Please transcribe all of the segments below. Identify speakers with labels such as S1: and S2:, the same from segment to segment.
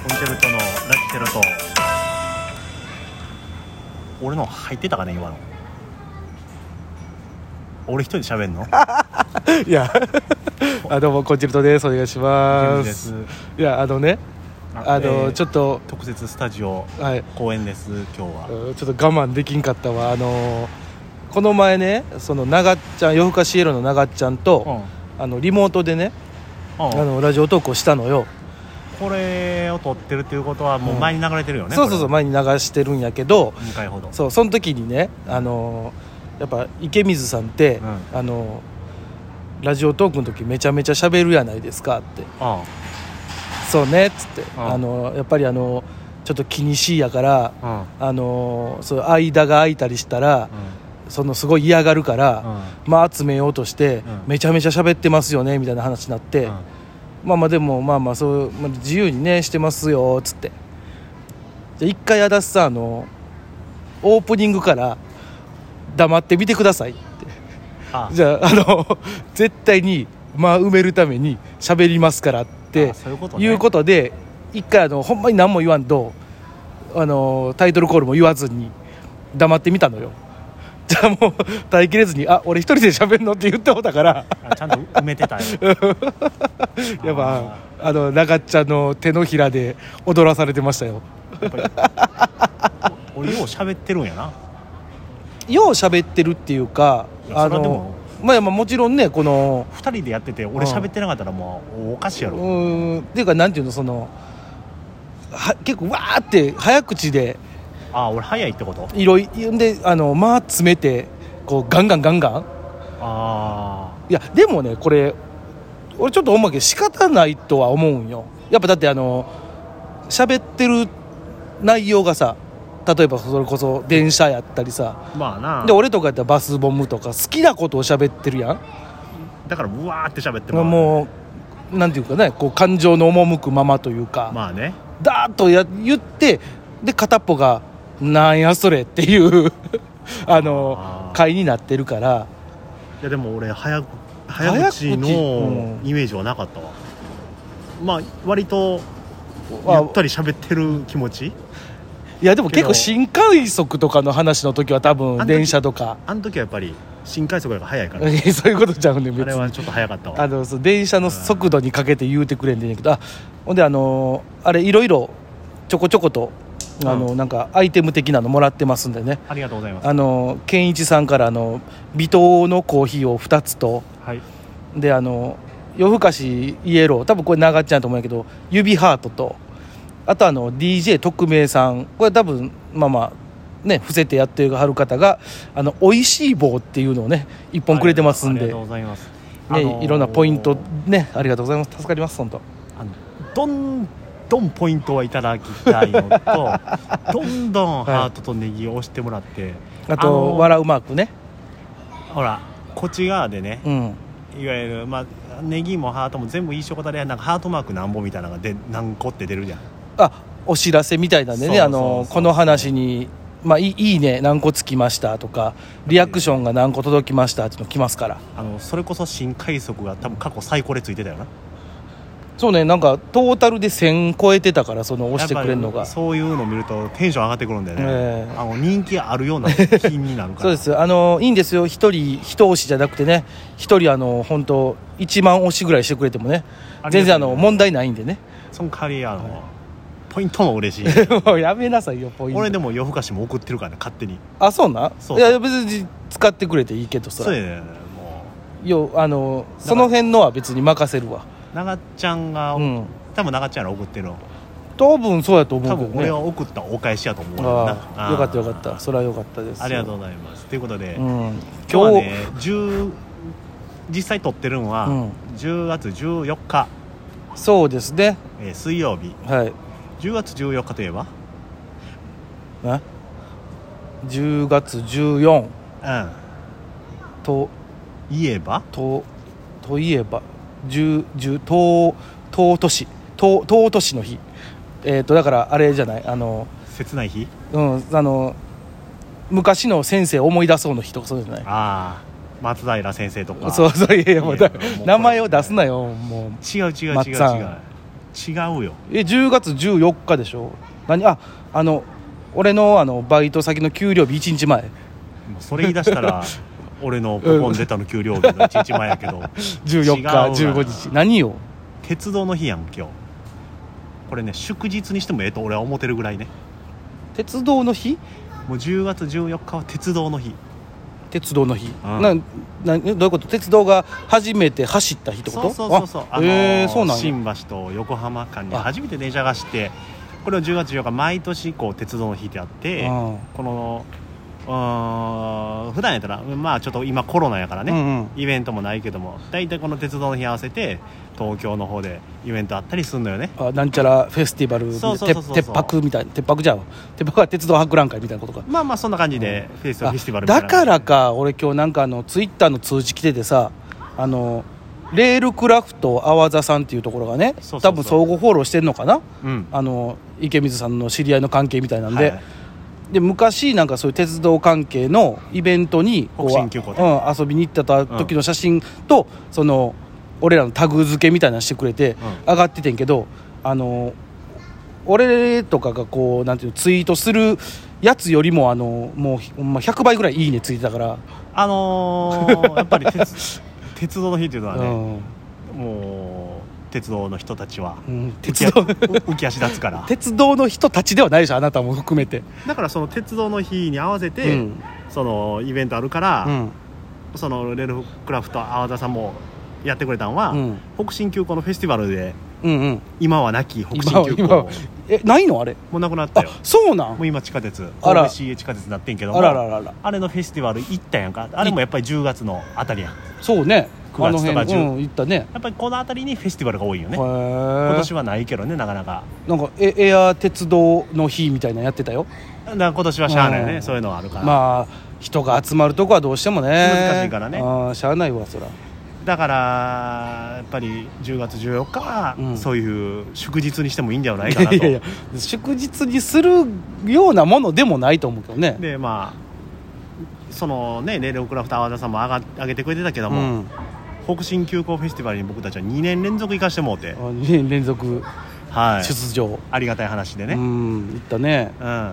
S1: コンチェルトのラキテルト。俺の入ってたかね今の。俺一人で喋んの？
S2: いやどうもコンチェルトです。お願いします。いやちょっと
S1: 特設スタジオ、公演です今日は。
S2: ちょっと我慢できんかったわ。この前ね、その長っちゃん、夜更かしイエローの長っちゃんと、リモートでね、ラジオトークをしたのよ。
S1: これを撮ってるっていうことはもう前に流れてるよね。
S2: そう前に流してるんやけど、
S1: 2回ほど。
S2: その時にね、やっぱ池水さんって、ラジオトークの時めちゃめちゃ喋るやないですかって。そうねっつって、やっぱりちょっと気にしいやから、そう間が空いたりしたら、そのすごい嫌がるから、集めようとして、めちゃめちゃ喋ってますよねみたいな話になって、でもそう、自由にねしてますよっつって、じゃあ一回足立さんオープニングから黙ってみてくださいって。じゃあ絶対に埋めるために喋りますからっていうことで、一回ほんまに何も言わんとタイトルコールも言わずに黙ってみたのよ。じゃあもう耐えきれずに俺一人で喋るのって言ってもたから
S1: ちゃんと埋めてたよ。
S2: やっぱ長っちゃんの手のひらで踊らされてましたよ。
S1: やっぱり俺よう喋ってるんやな。
S2: よう喋ってるっていうか、もちろんね、この
S1: 2人でやってて俺喋ってなかったらもうおかしいやろ。
S2: っていうかなんていうの、結構わーって早口で、
S1: 俺早いってこと？
S2: いろいろで詰めてこうガンガン。いやでもね、これ俺ちょっと思うけど仕方ないとは思うんよ。やっぱだって喋ってる内容がさ、例えばそれこそ電車やったりさ、で俺とかやったらバスボムとか好きなことを喋ってるやん。
S1: だからうわーって喋って
S2: もうなんていうかね、こう感情の赴くままというか、ダーッと言ってで片っぽがなんやそれっていう回になってるから。
S1: いやでも俺早口のイメージはなかったわ。割とゆったり喋ってる気持ち。
S2: いやでも結構新快速とかの話の時は多分電車とか
S1: あの時はやっぱり新快速が早いから
S2: そういうことちゃうね。別に
S1: あれはちょっと早かったわ。
S2: そう電車の速度にかけて言うてくれんでんねんけど、ほんであれいろいろちょこちょことなんかアイテム的なのもらってますんでね。
S1: ありがとうございます。
S2: 健一さんから微糖のコーヒーを2つと、で夜更かしイエロー、多分これ長っちゃんと思うんやけど指ハートと、あとDJ 特命さん、これ多分ね伏せてやってはる方がおいしい棒っていうのをね1本くれてますんで、
S1: ありがとうございます。
S2: いろんなポイントね、ありがとうございます。助かります。本当
S1: どんポイントはいただきたいのとどんどんハートとネギを押してもらって、
S2: あと笑うマークね。
S1: ほらこっち側でね、いわゆるネギもハートも全部一緒ことでなんかハートマークなんぼみたいなのが何個って出るじゃん。
S2: お知らせみたいなんでね、この話にいいね何個つきましたとか、リアクションが何個届きましたっていうの来ますから。
S1: それこそ新快速が多分過去最高でついてたよな。
S2: そうね、なんかトータルで1000超えてたから、押してくれるのが
S1: そういうのを見るとテンション上がってくるんだよね。人気あるような気になるから
S2: そうです。いいんですよ、一押しじゃなくてね、一人本当1万押しぐらいしてくれてもね、全然問題ないんでね。
S1: その代わりポイントも嬉しい。
S2: もうやめなさいよポイント。
S1: 俺でも夜更かしも送ってるからね、勝手に。
S2: そうなん。いや別に使ってくれていいけどさ。
S1: そうやね。
S2: もうその辺のは別に任せるわ。
S1: 長っちゃんが、多分長っちゃんが送ってるの。
S2: 多分そうやと思うけどね。
S1: 多分俺は送ったお返しやと思う
S2: よな。よかったよかった。それはよかったです。
S1: ありがとうございます。ということで、今日はね実際撮ってるのは10月14日。
S2: そうですね。
S1: 水曜日。10月14日といえば
S2: 10月14と
S1: いえば
S2: 尊しの日。だからあれじゃない、
S1: 切ない日。
S2: 昔の先生を思い出そうの日とかそうじゃない。
S1: 松平先生とか。
S2: そういやもう名前を出すなよ。もう
S1: 違う違うよ。
S2: 10月14日でしょ。俺のバイト先の給料日1日前。もう
S1: それ言い出したら俺のここに出たの給料日の1日前やけど
S2: 14日15日何よ。
S1: 鉄道の日やん今日。これね祝日にしてもと俺は思ってるぐらいね。
S2: 鉄道の日。
S1: もう10月14日は鉄道の日。
S2: 鉄道の日、どういうこと。鉄道が初めて走った日ってこと。
S1: そうそうなん新橋と横浜間に初めて電車が走って、これを10月14日毎年こう鉄道の日ってあって、この普段やったらまあちょっと今コロナやからね、イベントもないけども大体この鉄道の日合わせて東京の方でイベントあったりするのよね。
S2: なんちゃらフェスティバル、鉄泊みたいな。鉄泊じゃん。鉄泊は鉄道博覧会みたいなことか。
S1: まあそんな感じでフェスティバルみ
S2: たいな。だからか俺今日なんかツイッターの通知来ててさ、レールクラフト阿波座さんっていうところがね、多分相互フォローしてんのかな、池水さんの知り合いの関係みたいなんで、で昔なんかそういう鉄道関係のイベントにこう、遊びに行った時の写真と、その俺らのタグ付けみたいなのしてくれて上がっててんけど、俺とかがこうなんていうのツイートするやつよりももう100倍ぐらいいいねついてたから、
S1: やっぱり鉄道の日っていうのはね、もう鉄道の人たちは浮き足立つから
S2: 鉄道の人たちではないでしょ、あなたも含めて。
S1: だからその鉄道の日に合わせて、そのイベントあるから、そのレールクラフト阿波田さんもやってくれたのは、北新急行のフェスティバルで、今はなき北新急行
S2: ないのあれ
S1: もうなくなったよ。
S2: そうなん。も
S1: う今地下鉄神戸市営地下鉄になってんけども、あれのフェスティバル行ったやんか。あれもやっぱり10月のあたりやん。
S2: そうね、
S1: 9月とか10、
S2: 行ったね。
S1: やっぱりこのあたりにフェスティバルが多いよね。今年はないけどね、なかなか。
S2: なんかエア鉄道の日みたいなのやってたよ。
S1: だから今年はしゃあないよね、そういうのはあるから。
S2: まあ人が集まるとこはどうしてもね
S1: 難しいからね。
S2: しゃあないわそら。
S1: だからやっぱり10月14日はそういう祝日にしてもいいんじゃないかなと。
S2: いや祝日にするようなものでもないと思うけどね。
S1: でまあそのねレールクラフト阿波田さんも上げてくれてたけども、北新急行フェスティバルに僕たちは2年連続行かしてもうて。
S2: 2年連続出場、
S1: ありがたい話でね。
S2: 行ったね。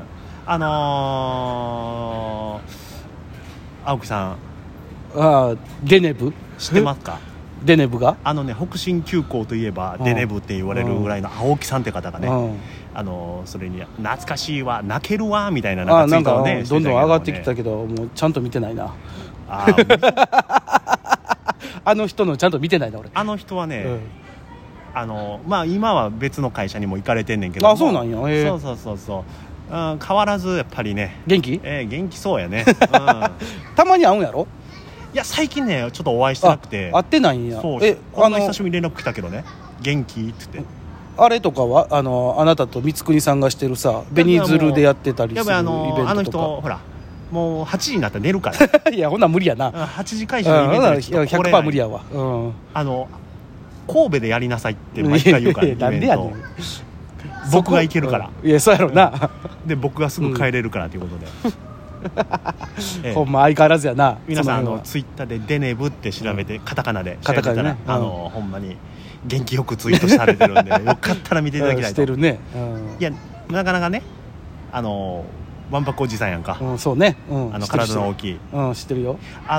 S1: 青木さん
S2: デネブ
S1: 知ってますか？
S2: デネブが
S1: 北新急行といえばデネブって言われるぐらいの青木さんって方がね、それに懐かしいわ泣けるわみたいななんかツイートをね
S2: どんどん上がってきたけど、もうちゃんと見てないな。人のちゃんと見てないな俺。
S1: あの人はね、まあ今は別の会社にも行かれてんねんけども。
S2: そうなんや。
S1: そう変わらずやっぱりね
S2: 元気？
S1: 元気そうやね。
S2: たまに会うんやろ？
S1: いや最近ねちょっとお会いしてなくて。
S2: 会ってないんや。
S1: そうこんな久しぶりに連絡来たけどね、元気って言って。
S2: あれとかはあなたと光國さんがしてるさ紅鶴でやってたりするイベントとか。
S1: あの人ほらもう8時になったら寝るから
S2: いやほんな無理やな。
S1: 8時開始のイベントでちょっと
S2: 100% 無理やわ。
S1: 神戸でやりなさいって毎回言うからイベント。なんでやねん。僕が行けるから。
S2: いやそうやろな。
S1: で僕がすぐ帰れるからということで、
S2: ほんま相変わらずやな。
S1: 皆さんツイッターでデネブって調べて、カタカナで調べたら、ほんまに元気よくツイートされてるんでよかったら見ていただきたいと。
S2: してるね。
S1: いやなかなかねわんぱくおじさんやんか。
S2: そうね。
S1: 体の大きい。
S2: 知ってるよ。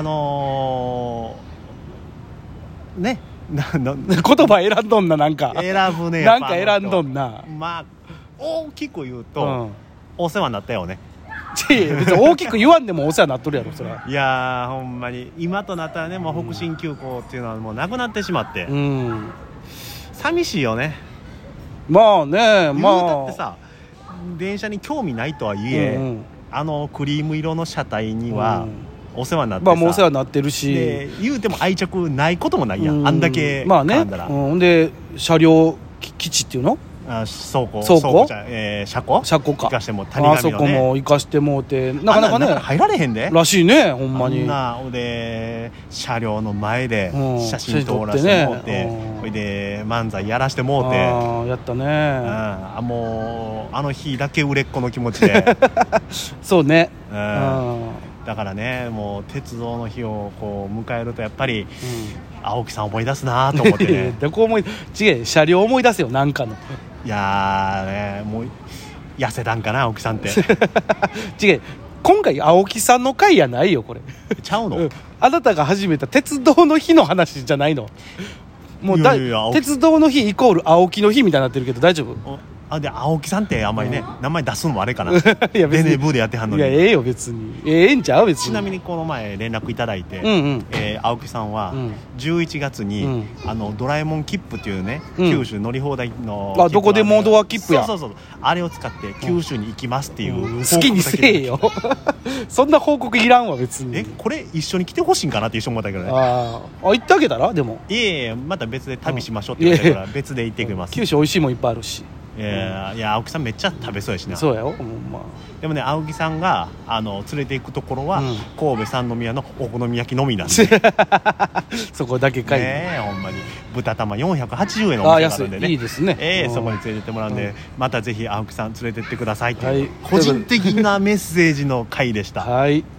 S2: ね。言葉選んどんな。なんか
S1: 選ぶね。
S2: なんか選んどんな。
S1: まあ大きく言うと、お世話になったよね。
S2: 別に大きく言わんでもお世話になっとるやろそれ。
S1: いやほんまに今となったらね、もう北新急行っていうのはもうなくなってしまって、寂しいよね。
S2: まあね、
S1: だってさ電車に興味ないとはいえ、クリーム色の車体には、お世話になってさ、
S2: もうお世話になってるし、
S1: で言うても愛着ないこともないやん、あんだけ
S2: まあね。で車両基地っていうの
S1: 倉庫じゃ車庫行かしても谷上のね、
S2: あそこも行かしてもうて、なかなかね
S1: 入られへんで
S2: らしいね。ほんまに
S1: で車両の前で写真撮らせてもうて、それで漫才やらしてもうて
S2: やったね。
S1: もうあの日だけ売れっ子の気持ちで
S2: そうね。
S1: だからねもう鉄道の日をこう迎えるとやっぱり、 青木さん思い出すなと思ってね
S2: どこ思い違う車両思い出せよなんかの
S1: いやーねもう痩せたんかな青木さんって
S2: 違う今回青木さんの回やないよこれ
S1: ちゃうの、
S2: あなたが始めた鉄道の日の話じゃないのもう鉄道の日イコール青木の日みたいになってるけど大丈夫
S1: で青木さんってあんまりね、名前出すのもあれかな
S2: いや別に
S1: デネブーでやってはんのに
S2: いやええよ別にええんちゃう別に
S1: ちなみにこの前連絡いただいて、青木さんは11月に、ドラえもん切符っていうね、九州乗り放題の
S2: どこでもドア切符や
S1: そうあれを使って九州に行きますっていう、
S2: 好きにせえよそんな報告いらんわ別に
S1: これ一緒に来てほしいんかなって一緒思ったけどね
S2: 行ってあげたらでも
S1: いえまた別で旅しましょうって言われたから別で行ってくれます、
S2: 九州美味しいもんいっぱいあるし
S1: いや青木さんめっちゃ食べそうやしな
S2: そうやよ、
S1: でもね青木さんが連れて行くところは、神戸三宮のお好み焼きのみなんで
S2: そこだけかい
S1: ほんまに豚玉480円のお店があるんでね
S2: いいですね、
S1: そこに連れてってもらうんで、またぜひ青木さん連れてってくださいという、個人的なメッセージの回でした。
S2: はい